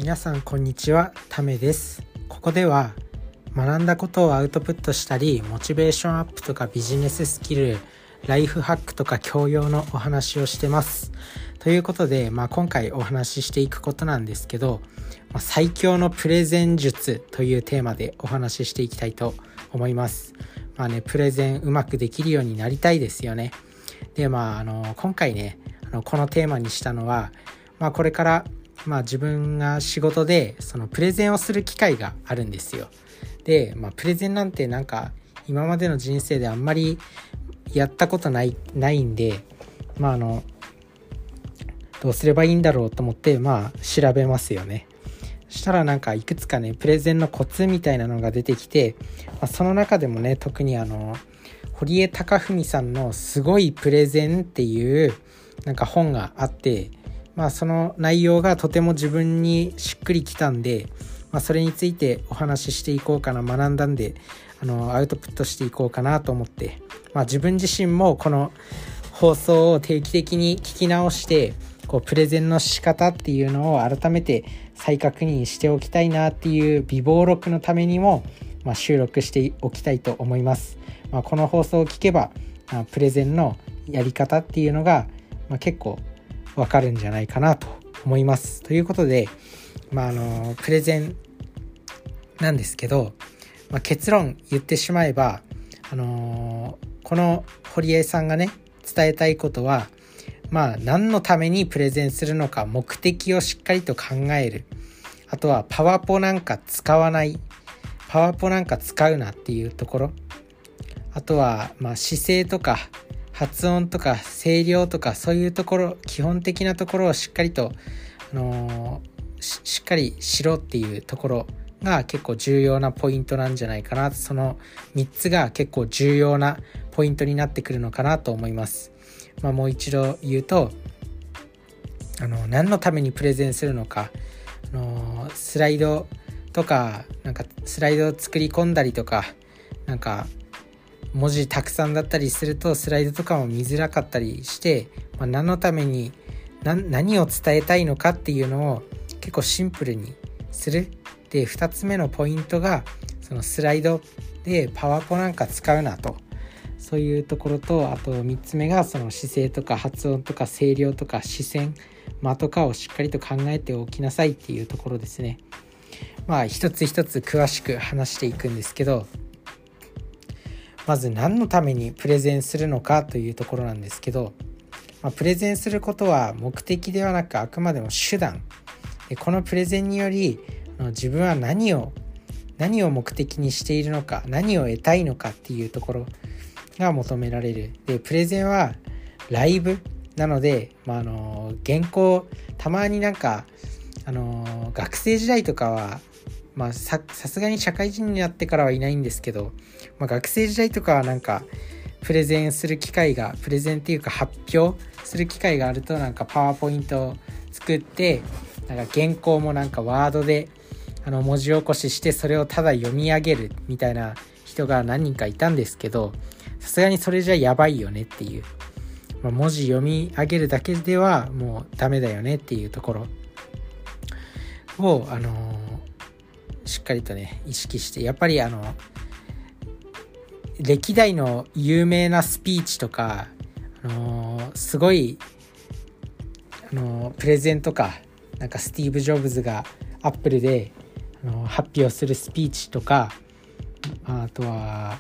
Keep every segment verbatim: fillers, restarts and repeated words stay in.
皆さんこんにちは、ためです。ここでは学んだことをアウトプットしたり、モチベーションアップとかビジネススキル、ライフハックとか教養のお話をしてます。ということで、まあ、今回お話ししていくことなんですけど、まあ、最強のプレゼン術というテーマでお話ししていきたいと思います。まあね、プレゼンうまくできるようになりたいですよね。で、まあ、あの今回ね、あのこのテーマにしたのは、まあ、これからまあ自分が仕事でそのプレゼンをする機会があるんですよ。で、まあ、プレゼンなんてなんか今までの人生であんまりやったことないないんで、まああのどうすればいいんだろうと思ってまあ調べますよね。そしたらなんかいくつかねプレゼンのコツみたいなのが出てきて、まあ、その中でもね特にあの堀江貴文さんのすごいプレゼンっていうなんか本があって、まあその内容がとても自分にしっくりきたんで、まあ、それについてお話ししていこうかな、学んだんであのアウトプットしていこうかなと思って、まあ、自分自身もこの放送を定期的に聞き直してこうプレゼンの仕方っていうのを改めて再確認しておきたいなっていう備忘録のためにも、まあ、収録しておきたいと思います。まあ、この放送を聞けば、まあ、プレゼンのやり方っていうのが、まあ、結構わかるんじゃないかなと思います。ということで、まあ、あのプレゼンなんですけど、まあ、結論言ってしまえば、あのー、この堀江さんがね伝えたいことは、まあ何のためにプレゼンするのか目的をしっかりと考える。あとはパワポなんか使わない、パワポなんか使うなっていうところ。あとはまあ姿勢とか発音とか声量とかそういうところ、基本的なところをしっかりと、あのー、し, しっかりしろっていうところが結構重要なポイントなんじゃないかな。そのみっつが結構重要なポイントになってくるのかなと思います。まあ、もう一度言うと、あの何のためにプレゼンするのか、あのスライドとかなんかスライドを作り込んだりとか、なんか文字たくさんだったりするとスライドとかも見づらかったりして、まあ、何のために 何, 何を伝えたいのかっていうのを結構シンプルにする。でふたつめのポイントがそのスライドでパワポなんか使うなと、そういうところと、あとみっつめがその姿勢とか発音とか声量とか視線間とかをしっかりと考えておきなさいっていうところですね。まあ一つ一つ詳しく話していくんですけど、まず何のためにプレゼンするのかというところなんですけど、まあ、プレゼンすることは目的ではなくあくまでも手段で、このプレゼンにより自分は何を何を目的にしているのか、何を得たいのかっていうところが求められる。でプレゼンはライブなので、まあ、あの原稿たまになんかあの学生時代とかは、まあ、さ, さすがに社会人になってからはいないんですけど、まあ、学生時代とかはなんかプレゼンする機会がプレゼンっていうか発表する機会があると、なんかパワーポイントを作って、なんか原稿もなんかワードであの文字起こししてそれをただ読み上げるみたいな人が何人かいたんですけど、さすがにそれじゃやばいよねっていう、まあ、文字読み上げるだけではもうダメだよねっていうところを、あのー、しっかりとね意識して、やっぱりあの歴代の有名なスピーチとか、あのー、すごい、あのー、プレゼンとか、なんかスティーブ・ジョブズがアップルで、あのー、発表するスピーチとか、あとは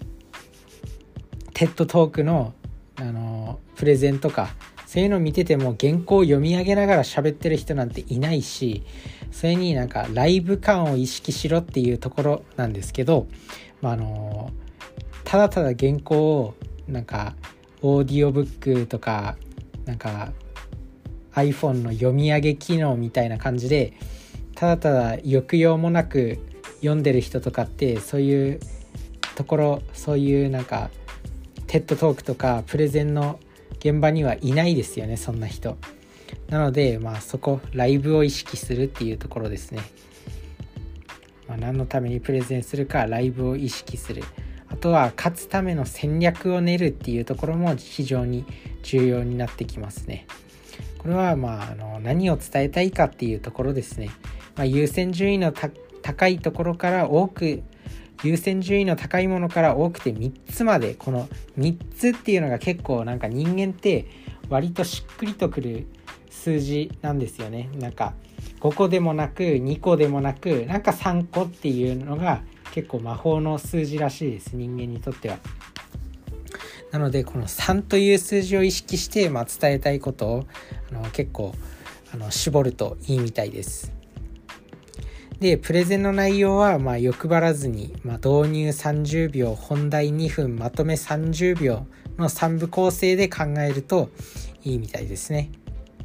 テッドトークの、あのプレゼンとか、そういうのを見てても原稿を読み上げながら喋ってる人なんていないし、それになんかライブ感を意識しろっていうところなんですけど、まあ、あのただただ原稿をなんかオーディオブックとかなんか iPhone の読み上げ機能みたいな感じでただただ抑揚もなく読んでる人とかって、そういうところ、そういうなんかテッドトークとかプレゼンの現場にはいないですよね、そんな人。なのでまあそこライブを意識するっていうところですね。まあ、何のためにプレゼンするか、ライブを意識する。あとは勝つための戦略を練るっていうところも非常に重要になってきますね。これはまあ、あの何を伝えたいかっていうところですね。 まあ、優先順位のた高いところから多く優先順位の高いものから多くてみっつまで、このみっつっていうのが結構なんか人間って割としっくりとくる数字なんですよね。なんかごこでもなくにこでもなく、なんかさんこっていうのが結構魔法の数字らしいです、人間にとっては。なのでこのさんという数字を意識して、まあ、伝えたいことをあの結構あの絞るといいみたいです。でプレゼンの内容はまあ欲張らずに、まあ、導入さんじゅうびょう、本題にふん、まとめさんじゅうびょうのさんぶ構成で考えるといいみたいですね。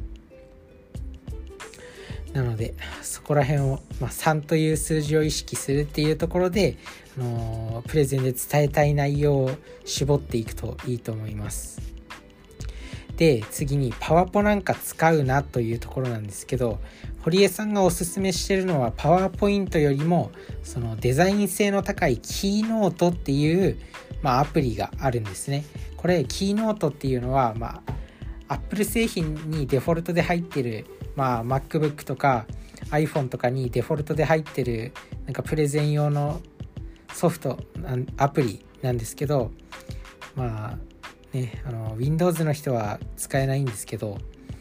なのでそこら辺を、まあ、さんという数字を意識するっていうところで、あのー、プレゼンで伝えたい内容を絞っていくといいと思います。で次にパワポなんか使うなというところなんですけど、堀江さんがおすすめしているのはパワーポイントよりもそのデザイン性の高いキーノートっていう、まあ、アプリがあるんですね。これキーノートっていうのは、まあ、Apple 製品にデフォルトで入ってる、まあ、MacBook とか iPhone とかにデフォルトで入ってるなんかプレゼン用のソフトアプリなんですけど、まあね、あの Windows の人は使えないんですけど、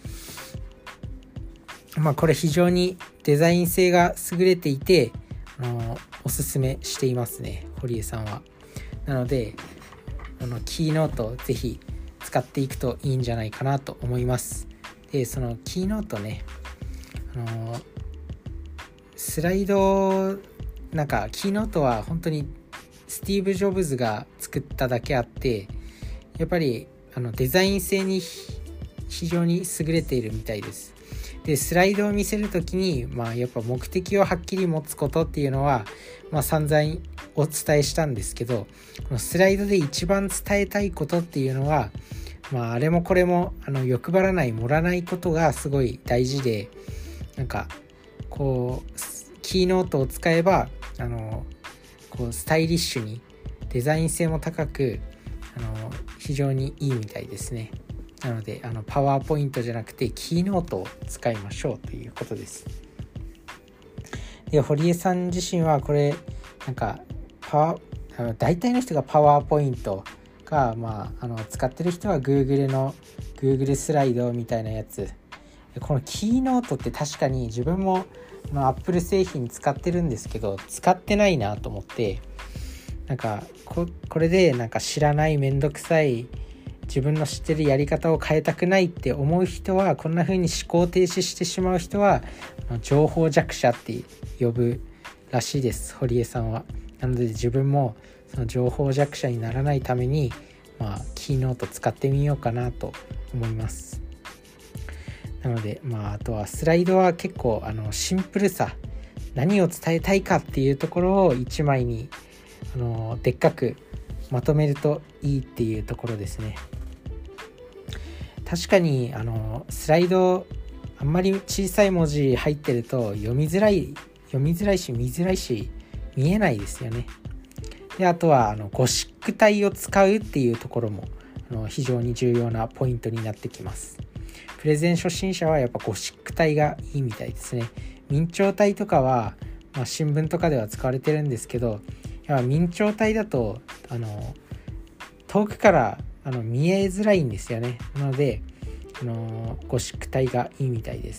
まあこれ非常にデザイン性が優れていて、あのおすすめしていますね、堀江さんは。なのであのキーノートをぜひ使っていくといいんじゃないかなと思います。でそのキーノートね、あのスライドなんかキーノートは本当にスティーブ・ジョブズが作っただけあって、やっぱりあのデザイン性に非常に優れているみたいです。でスライドを見せるときに、まあ、やっぱ目的をはっきり持つことっていうのは、まあ、散々お伝えしたんですけど、このスライドで一番伝えたいことっていうのは、まあ、あれもこれもあの欲張らない盛らないことがすごい大事で、なんかこうキーノートを使えばあのこうスタイリッシュにデザイン性も高くあの非常にいいみたいですね。なのであのパワーポイントじゃなくてキーノートを使いましょうということです。で堀江さん自身はこれなんかパワーあの大体の人がパワーポイントが、まあ、あの使ってる人は Google の Google スライドみたいなやつ。このキーノートって確かに自分もの Apple 製品使ってるんですけど使ってないなと思って、なんか こ, これでなんか知らないめんどくさい自分の知ってるやり方を変えたくないって思う人は、こんな風に思考停止してしまう人は情報弱者って呼ぶらしいです、堀江さんは。なので自分もその情報弱者にならないために、まあ、キーノート使ってみようかなと思います。なので、まあ、あとはスライドは結構あのシンプルさ、何を伝えたいかっていうところをいちまいにあのでっかくまとめるといいっていうところですね。確かにあのスライドあんまり小さい文字入ってると読みづらい読みづらいし見づらいし見えないですよね。であとはあのゴシック体を使うっていうところもあの非常に重要なポイントになってきます。プレゼン初心者はやっぱゴシック体がいいみたいですね。明朝体とかは、まあ、新聞とかでは使われてるんですけど、やっぱ明朝体だとあの遠くからあの見えづらいんですよね。なのであのゴシック体がいいみたいです。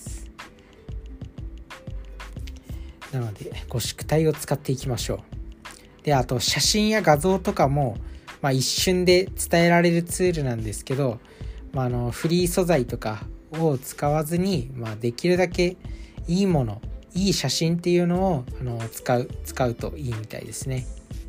なのでゴシック体を使っていきましょう。であと写真や画像とかも、まあ、一瞬で伝えられるツールなんですけど、まあ、あのフリー素材とかを使わずに、まあ、できるだけいいものいい写真っていうのをあの使う使うといいみたいですね。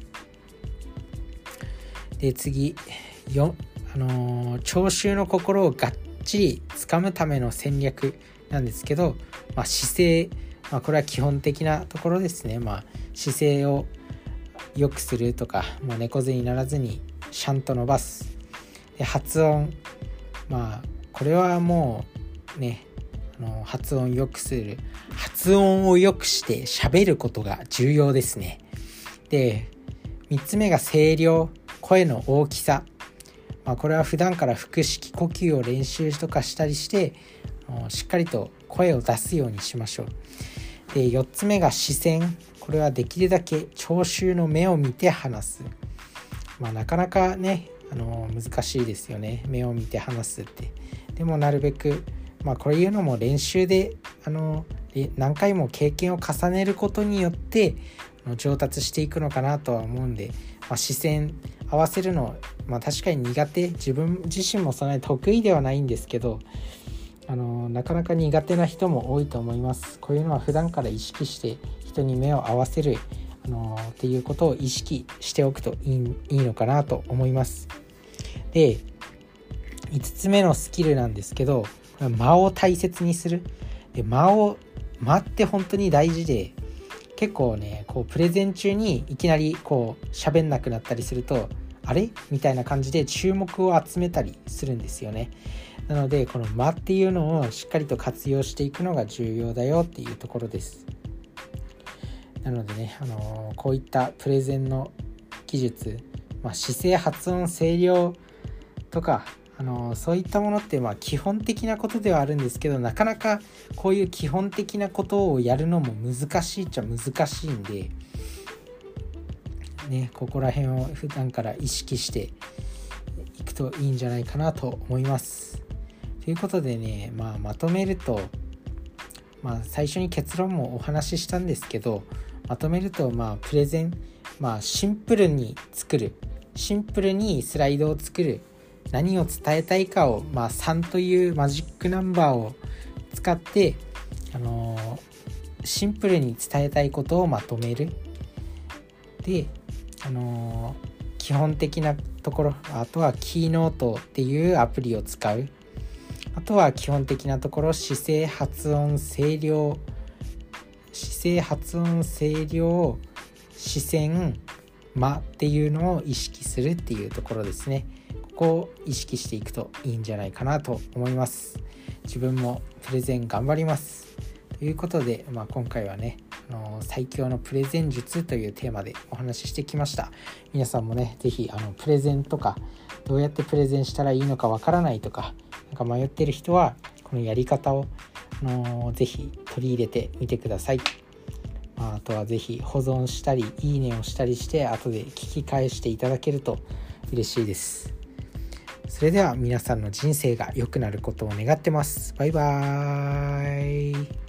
で次よあのー、聴衆の心をがっちり掴むための戦略なんですけど、まあ、姿勢、まあ、これは基本的なところですね。まあ、姿勢を良くするとか、もう猫背にならずにシャンと伸ばす。で発音、まあこれはもうね、あの発音良くする発音を良くして喋ることが重要ですね。でみっつめが声量、声の大きさ。まあ、これは普段から腹式呼吸を練習とかしたりしてしっかりと声を出すようにしましょう。 でよっつめが視線。これはできるだけ聴衆の目を見て話す。まあなかなかねあの難しいですよね、目を見て話すって。でもなるべくまあこういうのも練習であの何回も経験を重ねることによって上達していくのかなとは思うんで、まあ、視線合わせるの、まあ、確かに苦手、自分自身もそんなに得意ではないんですけど、あのなかなか苦手な人も多いと思います。こういうのは普段から意識して人に目を合わせる、あのっていうことを意識しておくといい、いいのかなと思います。でいつつめのスキルなんですけど、これは間を大切にする。で間を間って本当に大事で、結構ねこうプレゼン中にいきなりこう喋んなくなったりすると、あれみたいな感じで注目を集めたりするんですよね。なのでこの間っていうのをしっかりと活用していくのが重要だよっていうところです。なのでね、あのー、こういったプレゼンの技術、まあ、姿勢、発音、声量とか、あのー、そういったものってまあ基本的なことではあるんですけど、なかなかこういう基本的なことをやるのも難しいっちゃ難しいんでね、ここら辺を普段から意識していくといいんじゃないかなと思います。ということでね、まあ、まとめると、まあ、最初に結論もお話ししたんですけど、まとめると、まあ、プレゼン、まあ、シンプルに作る、シンプルにスライドを作る、何を伝えたいかを、まあ、さんというマジックナンバーを使って、あのー、シンプルに伝えたいことをまとめる。で、あのー、基本的なところ、あとはキーノートっていうアプリを使う。あとは基本的なところ、姿勢、発音、声量、姿勢、発音、声量、視線、間っていうのを意識するっていうところですね。ここを意識していくといいんじゃないかなと思います。自分もプレゼン頑張ります。ということで、まあ、今回はね、あの最強のプレゼン術というテーマでお話ししてきました。皆さんもね、ぜひあのプレゼンとかどうやってプレゼンしたらいいのかわからないとか、なんか迷ってる人はこのやり方を、あのぜひ取り入れてみてください。まあ、あとはぜひ保存したりいいねをしたりして後で聞き返していただけると嬉しいです。それでは皆さんの人生が良くなることを願ってます。バイバーイ。